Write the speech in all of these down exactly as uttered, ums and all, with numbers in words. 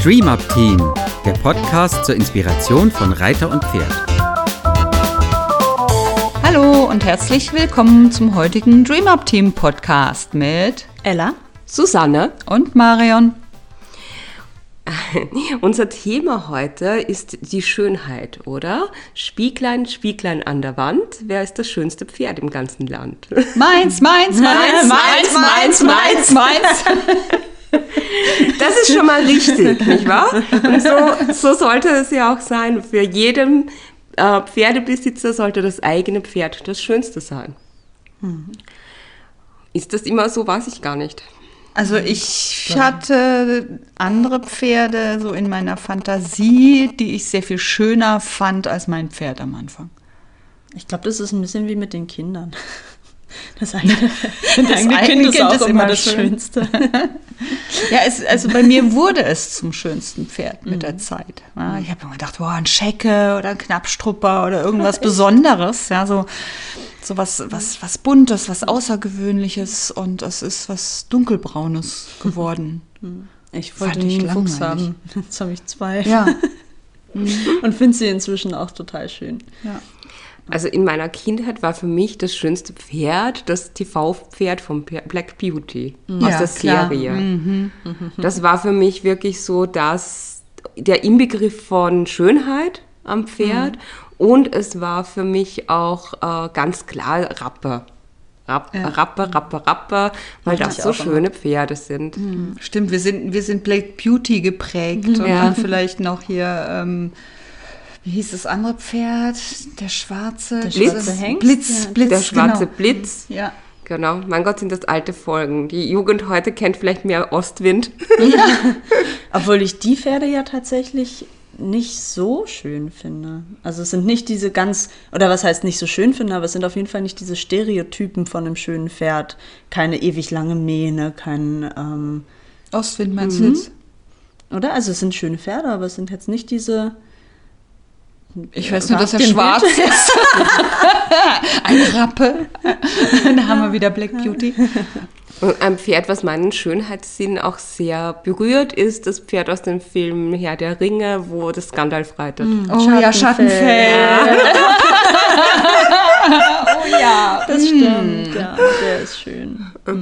Dream Up Team, der Podcast zur Inspiration von Reiter und Pferd. Hallo und herzlich willkommen zum heutigen Dream Up Team Podcast mit Ella, Susanne und Marion. Unser Thema heute ist die Schönheit, oder? Spieglein, Spieglein an der Wand. Wer ist das schönste Pferd im ganzen Land? Meins, meins, meins, meins, meins, meins, meins. Das ist schon mal richtig, nicht wahr? Und so, so sollte es ja auch sein. Für jeden äh, Pferdebesitzer sollte das eigene Pferd das Schönste sein. Mhm. Ist das immer so? Weiß ich gar nicht. Also ich hatte andere Pferde so in meiner Fantasie, die ich sehr viel schöner fand als mein Pferd am Anfang. Ich glaube, das ist ein bisschen wie mit den Kindern. Das eigene, das das eigene eigene Kind ist Kind auch ist immer immer das schön. Schönste. Ja, es, also bei mir wurde es zum schönsten Pferd mit der Zeit. Ja, ich habe immer gedacht, wow, ein Schecke oder ein Knappstrupper oder irgendwas Besonderes. Ja, so, so was, was, was Buntes, was Außergewöhnliches, und es ist was Dunkelbraunes geworden. Ich wollte Fand nie ich einen Fuchs langweilig. haben. Jetzt habe ich zwei. Ja. Und finde sie inzwischen auch total schön. Ja. Also in meiner Kindheit war für mich das schönste Pferd das T V-Pferd von Black Beauty aus Ja, der klar. Serie. Mhm. Das war für mich wirklich so, dass der Inbegriff von Schönheit am Pferd, mhm. und es war für mich auch äh, ganz klar Rappe. Rapp, Ja. Rappe, Rappe, Rappe, weil Mag das ich so auch schöne Pferde sind. Mhm. Stimmt, wir sind, wir sind Black Beauty geprägt und Ja. dann vielleicht noch hier, ähm, wie hieß das andere Pferd? Der schwarze Der Blitz. schwarze Hengst? Blitz, Ja. Blitz, Der schwarze genau. Blitz. Ja. Genau, mein Gott, sind das alte Folgen. Die Jugend heute kennt vielleicht mehr Ostwind. Obwohl ich die Pferde ja tatsächlich nicht so schön finde. Also es sind nicht diese ganz, oder was heißt nicht so schön finde, aber es sind auf jeden Fall nicht diese Stereotypen von einem schönen Pferd. Keine ewig lange Mähne, kein, ähm, Ostwind meinst du Mhm. jetzt? oder? Also es sind schöne Pferde, aber es sind jetzt nicht diese... Ich weiß nur, dass er Den schwarz Bild. ist. Ein Rappe. Da haben wir wieder Black Beauty. Und ein Pferd, was meinen Schönheitssinn auch sehr berührt, ist das Pferd aus dem Film Herr der Ringe, wo das Gandalf reitet. Oh ja, Schattenfell. Oh ja. Das stimmt, ja, der ist schön.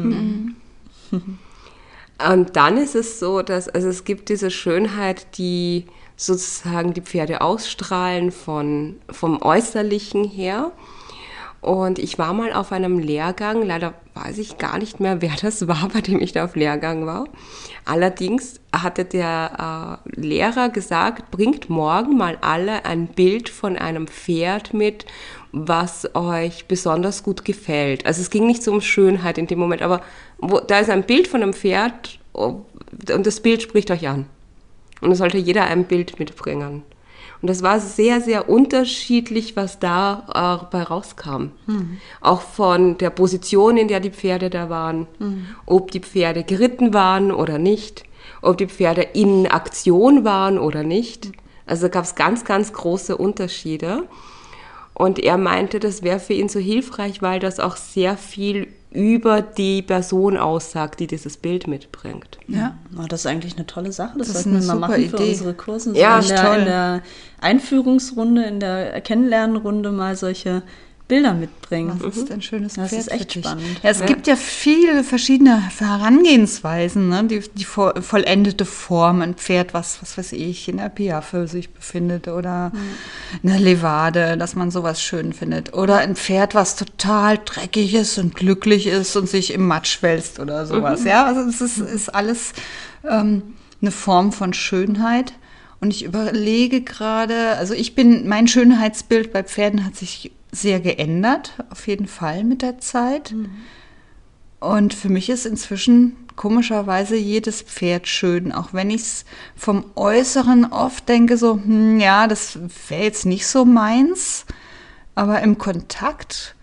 Und dann ist es so, dass also es gibt diese Schönheit, die sozusagen die Pferde ausstrahlen von, vom Äußerlichen her. Und ich war mal auf einem Lehrgang, leider weiß ich gar nicht mehr, wer das war, bei dem ich da auf Lehrgang war. Allerdings hatte der äh, Lehrer gesagt, bringt morgen mal alle ein Bild von einem Pferd mit, was euch besonders gut gefällt. Also es ging nicht so um Schönheit in dem Moment, aber wo, da ist ein Bild von einem Pferd und das Bild spricht euch an. Und es sollte jeder ein Bild mitbringen. Und das war sehr, sehr unterschiedlich, was da äh, bei rauskam. Mhm. Auch von der Position, in der die Pferde da waren, mhm. ob die Pferde geritten waren oder nicht, ob die Pferde in Aktion waren oder nicht. Also gab es ganz, ganz große Unterschiede. Und er meinte, das wäre für ihn so hilfreich, weil das auch sehr viel über die Person aussagt, die dieses Bild mitbringt. Ja. Oh, das ist eigentlich eine tolle Sache. Das, Das ist sollten wir eine mal super machen für Idee. unsere Kurse. So Ja, in, der, toll. in der Einführungsrunde, in der Kennenlernrunde mal solche Bilder mitbringen. Was ist ein schönes Das Pferd ist echt für dich? spannend. Ja, es Ja. gibt ja viele verschiedene Herangehensweisen, ne? die, die vo- vollendete Form, ein Pferd, was, was weiß ich, in der Piaffe sich befindet oder eine Levade, dass man sowas schön findet. Oder ein Pferd, was total dreckig ist und glücklich ist und sich im Matsch wälzt oder sowas. Mhm. Ja, also es ist, ist alles ähm, eine Form von Schönheit. Und ich überlege gerade, also ich bin, mein Schönheitsbild bei Pferden hat sich sehr geändert, auf jeden Fall mit der Zeit. Mhm. Und für mich ist inzwischen komischerweise jedes Pferd schön, auch wenn ich es vom Äußeren oft denke, so, hm, ja, das wäre jetzt nicht so meins, aber im Kontakt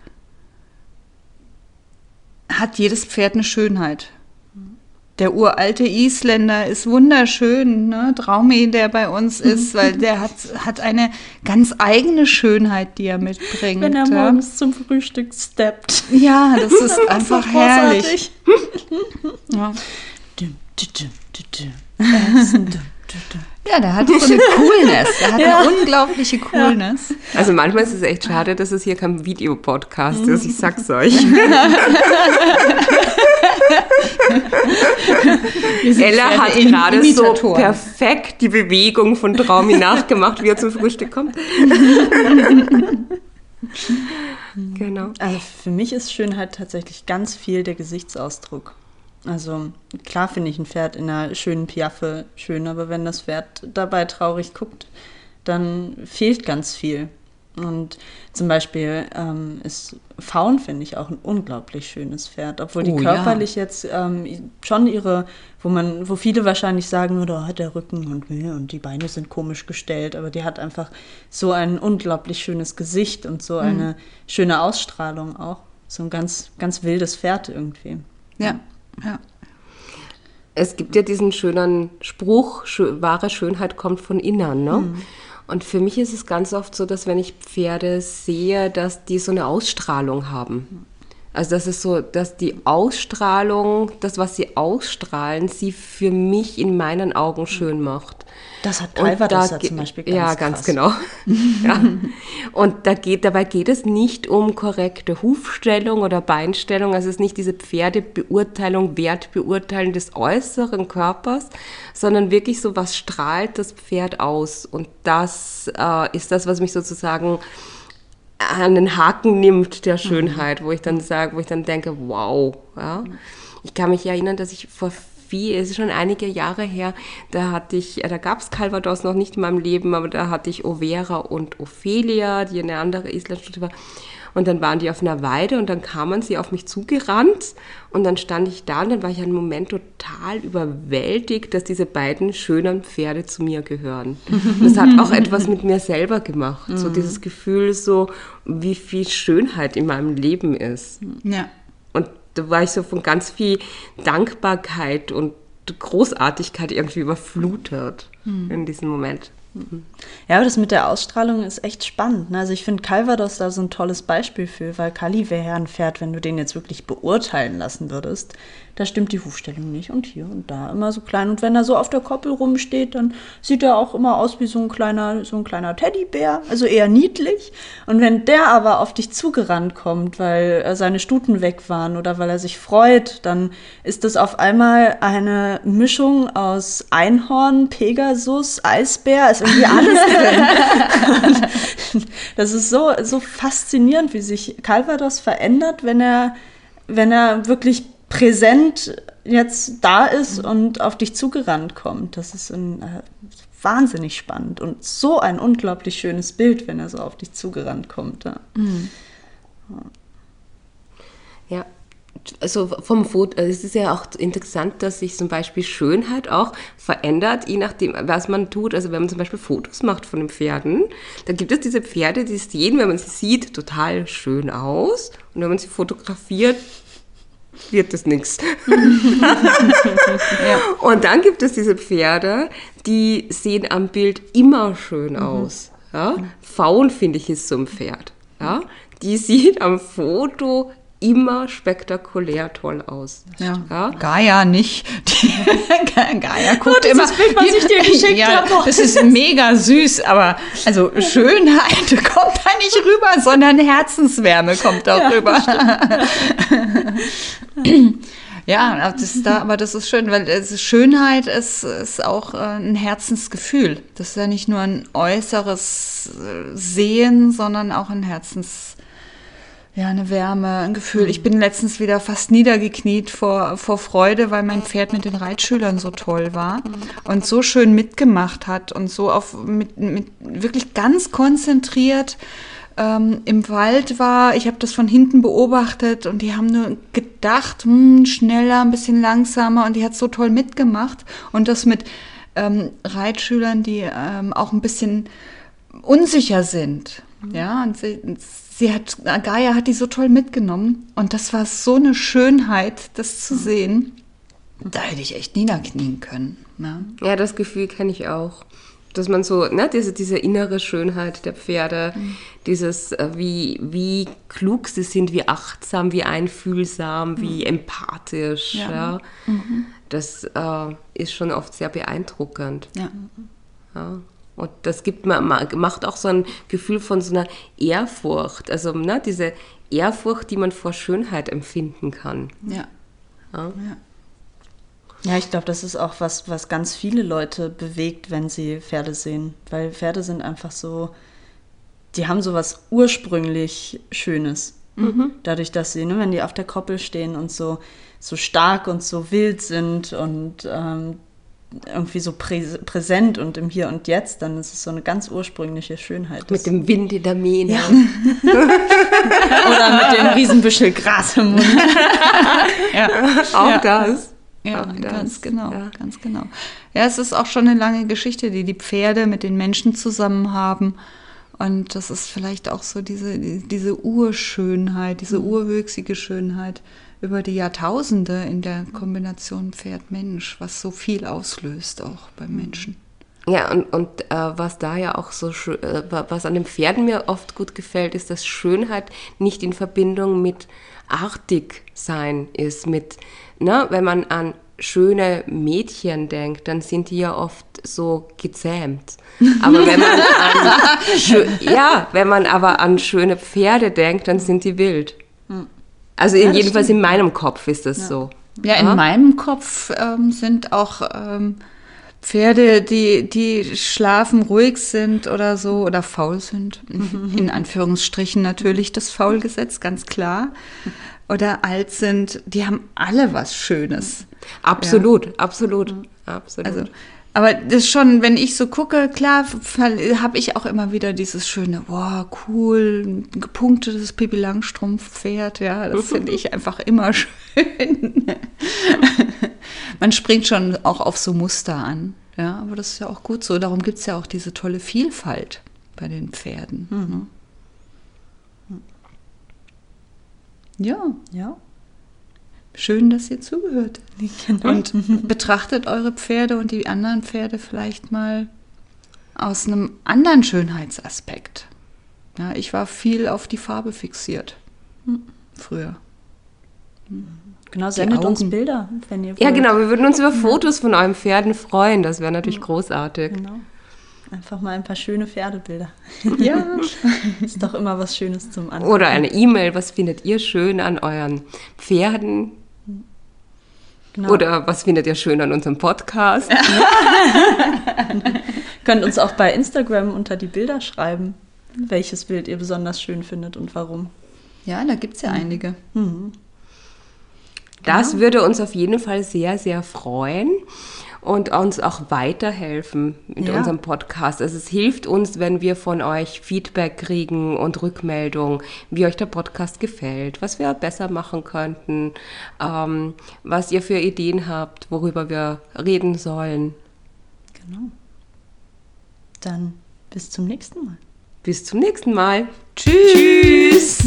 hat jedes Pferd eine Schönheit. Der uralte Isländer ist wunderschön, ne? Traumi, der bei uns ist, weil der hat, hat eine ganz eigene Schönheit, die er mitbringt. Wenn er ja. morgens zum Frühstück steppt. Ja, das ist Das einfach so herrlich. großartig. Ja. Dum, dum, dum, dum, dum. Essen, dum, dum, dum. Ja, der hat so eine Coolness. Der hat ja. eine unglaubliche Coolness. Ja. Also manchmal ist es echt schade, dass es hier kein Videopodcast ist. Ich sag's euch. Ella hat gerade so perfekt die Bewegung von Traumi nachgemacht, wie er zum Frühstück kommt. Genau. Also für mich ist Schönheit tatsächlich ganz viel der Gesichtsausdruck. Also klar finde ich ein Pferd in einer schönen Piaffe schön, aber wenn das Pferd dabei traurig guckt, dann fehlt ganz viel. Und zum Beispiel ähm, ist Faun, finde ich, auch ein unglaublich schönes Pferd, obwohl die oh, körperlich ja. jetzt ähm, schon ihre, wo man, wo viele wahrscheinlich sagen würden, oh, hat der Rücken und, und die Beine sind komisch gestellt, aber die hat einfach so ein unglaublich schönes Gesicht und so mhm. eine schöne Ausstrahlung auch. So ein ganz, ganz wildes Pferd irgendwie. Ja, ja. Es gibt ja diesen schönen Spruch, wahre Schönheit kommt von innen, ne? Mhm. Und für mich ist es ganz oft so, dass wenn ich Pferde sehe, dass die so eine Ausstrahlung haben. Also das ist so, dass die Ausstrahlung, das, was sie ausstrahlen, sie für mich in meinen Augen schön macht. Das hat Calvados da, zum Beispiel ganz Ja, ganz krass. Genau. Ja. Und da geht, dabei geht es nicht um korrekte Hufstellung oder Beinstellung, also es ist nicht diese Pferdebeurteilung, Wertbeurteilung des äußeren Körpers, sondern wirklich so, was strahlt das Pferd aus. Und das äh, ist das, was mich sozusagen an den Haken nimmt der Schönheit, wo ich dann sage, wo ich dann denke, wow. Ja. Ich kann mich erinnern, dass ich vor Wie, es ist schon einige Jahre her, da hatte ich, da gab es Calvados noch nicht in meinem Leben, aber da hatte ich Overa und Ophelia, die eine andere Islandstute war. Und dann waren die auf einer Weide und dann kamen sie auf mich zugerannt und dann stand ich da und dann war ich einen Moment total überwältigt, dass diese beiden schönen Pferde zu mir gehören. Und das hat auch etwas mit mir selber gemacht, so dieses Gefühl, so wie viel Schönheit in meinem Leben ist. Ja. Und da war ich so von ganz viel Dankbarkeit und Großartigkeit irgendwie überflutet hm. in diesem Moment. Mhm. Ja, aber das mit der Ausstrahlung ist echt spannend. Ne? Also ich finde Calvados da so ein tolles Beispiel für, weil Kali wäre ja ein Pferd, wenn du den jetzt wirklich beurteilen lassen würdest, da stimmt die Hufstellung nicht und hier und da immer so klein. Und wenn er so auf der Koppel rumsteht, dann sieht er auch immer aus wie so ein kleiner, so ein kleiner Teddybär, also eher niedlich. Und wenn der aber auf dich zugerannt kommt, weil seine Stuten weg waren oder weil er sich freut, dann ist das auf einmal eine Mischung aus Einhorn, Pegasus, Eisbär, ist irgendwie alles drin. Das ist so, so faszinierend, wie sich Calvados verändert, wenn er, wenn er wirklich präsent jetzt da ist und auf dich zugerannt kommt. Das ist ein, äh, wahnsinnig spannend und so ein unglaublich schönes Bild, wenn er so auf dich zugerannt kommt. Ja. Mhm. Ja. Also vom Foto, also es ist ja auch interessant, dass sich zum Beispiel Schönheit auch verändert, je nachdem, was man tut. Also wenn man zum Beispiel Fotos macht von den Pferden, dann gibt es diese Pferde, die sehen, wenn man sie sieht, total schön aus. Und wenn man sie fotografiert, wird das nichts. Ja. Und dann gibt es diese Pferde, die sehen am Bild immer schön aus. Ja? Faun, finde ich, ist so ein Pferd. Ja? Die sieht am Foto immer spektakulär toll aus. Ja. Ja? Gaia nicht. Die, Gaia guckt oh, immer. Das Bild, was ich dir geschickt ja, habe. Das ist mega süß, aber also Schönheit kommt da nicht rüber, sondern Herzenswärme kommt da ja, rüber. Ja, das ist da, aber das ist schön, weil es, Schönheit ist, ist auch äh, ein Herzensgefühl. Das ist ja nicht nur ein äußeres Sehen, sondern auch ein Herzens Ja, eine Wärme, ein Gefühl. Ich bin letztens wieder fast niedergekniet vor, vor Freude, weil mein Pferd mit den Reitschülern so toll war und so schön mitgemacht hat und so auf mit, mit wirklich ganz konzentriert ähm, im Wald war. Ich habe das von hinten beobachtet und die haben nur gedacht, hm, schneller, ein bisschen langsamer, und die hat so toll mitgemacht. Und das mit ähm, Reitschülern, die ähm, auch ein bisschen unsicher sind. Ja, und sie, sie hat, Gaia hat die so toll mitgenommen, und das war so eine Schönheit, das zu sehen. Da hätte ich echt niederknien können. Ja, ja, das Gefühl kenne ich auch. Dass man so, ne, diese, diese innere Schönheit der Pferde, mhm. dieses, wie, wie klug sie sind, wie achtsam, wie einfühlsam, mhm. wie empathisch. Ja. Ja. Mhm. Das äh, ist schon oft sehr beeindruckend. Ja. Ja. Und das gibt man, macht auch so ein Gefühl von so einer Ehrfurcht, also ne, diese Ehrfurcht, die man vor Schönheit empfinden kann. Ja. Ja, ja. Ja, ich glaube, das ist auch was, was ganz viele Leute bewegt, wenn sie Pferde sehen. Weil Pferde sind einfach so, die haben so was ursprünglich Schönes. Mhm. Dadurch, dass sie, ne, wenn die auf der Koppel stehen und so, so stark und so wild sind und ähm, irgendwie so prä- präsent und im Hier und Jetzt, dann ist es so eine ganz ursprüngliche Schönheit. Mit dem Wind in der Mähne. Ja. Oder mit dem Riesenbüschel Gras im Mund. ja. Auch ja. das. Ja, Auch das. ganz genau, Ja. ganz genau. Ja, es ist auch schon eine lange Geschichte, die die Pferde mit den Menschen zusammen haben. Und das ist vielleicht auch so diese, diese Urschönheit, diese urwüchsige Schönheit über die Jahrtausende in der Kombination Pferd-Mensch, was so viel auslöst auch beim Menschen. Ja, und, und äh, was da ja auch so, schön, äh, was an den Pferden mir oft gut gefällt, ist, dass Schönheit nicht in Verbindung mit artig sein ist, mit, ne, wenn man an schöne Mädchen denkt, dann sind die ja oft so gezähmt. Aber wenn man an, schö- ja, wenn man aber an schöne Pferde denkt, dann sind die wild. Also in, Ja, jedenfalls stimmt. in meinem Kopf ist das so. Ja, in meinem Kopf ähm, sind auch ähm, Pferde, die, die schlafen, ruhig sind oder so oder faul sind. In Anführungsstrichen natürlich das Faulgesetz, ganz klar. Oder alt sind, die haben alle was Schönes. Absolut, ja. absolut, absolut. Also, aber das schon, wenn ich so gucke, klar, habe ich auch immer wieder dieses schöne, wow, cool, ein gepunktetes Pippi Langstrumpf-Pferd, ja, das finde ich einfach immer schön. Man springt schon auch auf so Muster an, ja, aber das ist ja auch gut so. Darum gibt es ja auch diese tolle Vielfalt bei den Pferden. Mhm. Ja, Ja. schön, dass ihr zuhört. Genau. Und betrachtet eure Pferde und die anderen Pferde vielleicht mal aus einem anderen Schönheitsaspekt. Ja, ich war viel auf die Farbe fixiert. Früher. Genau, sendet Augen. uns Bilder, wenn ihr wollt. Ja, genau, wir würden uns über Fotos von euren Pferden freuen. Das wäre natürlich großartig. Genau. Einfach mal ein paar schöne Pferdebilder. Ja. Ist doch immer was Schönes zum Angucken. Oder eine E-Mail, was findet ihr schön an euren Pferden? Genau. Oder was findet ihr schön an unserem Podcast? Könnt uns auch bei Instagram unter die Bilder schreiben, welches Bild ihr besonders schön findet und warum. Ja, da gibt es ja einige. Das würde uns auf jeden Fall sehr, sehr freuen und uns auch weiterhelfen mit Ja. unserem Podcast. Also es hilft uns, wenn wir von euch Feedback kriegen und Rückmeldung, wie euch der Podcast gefällt, was wir besser machen könnten, ähm, was ihr für Ideen habt, worüber wir reden sollen. Genau. Dann bis zum nächsten Mal. Bis zum nächsten Mal. Tschüss.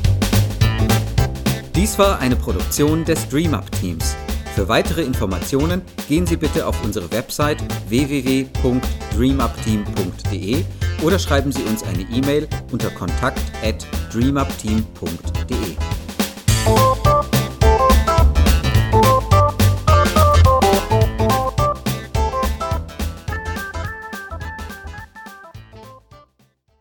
Dies war eine Produktion des DreamUp Teams. Für weitere Informationen gehen Sie bitte auf unsere Website w w w punkt dreamupteam punkt d e oder schreiben Sie uns eine E-Mail unter kontakt at dreamupteam punkt d e.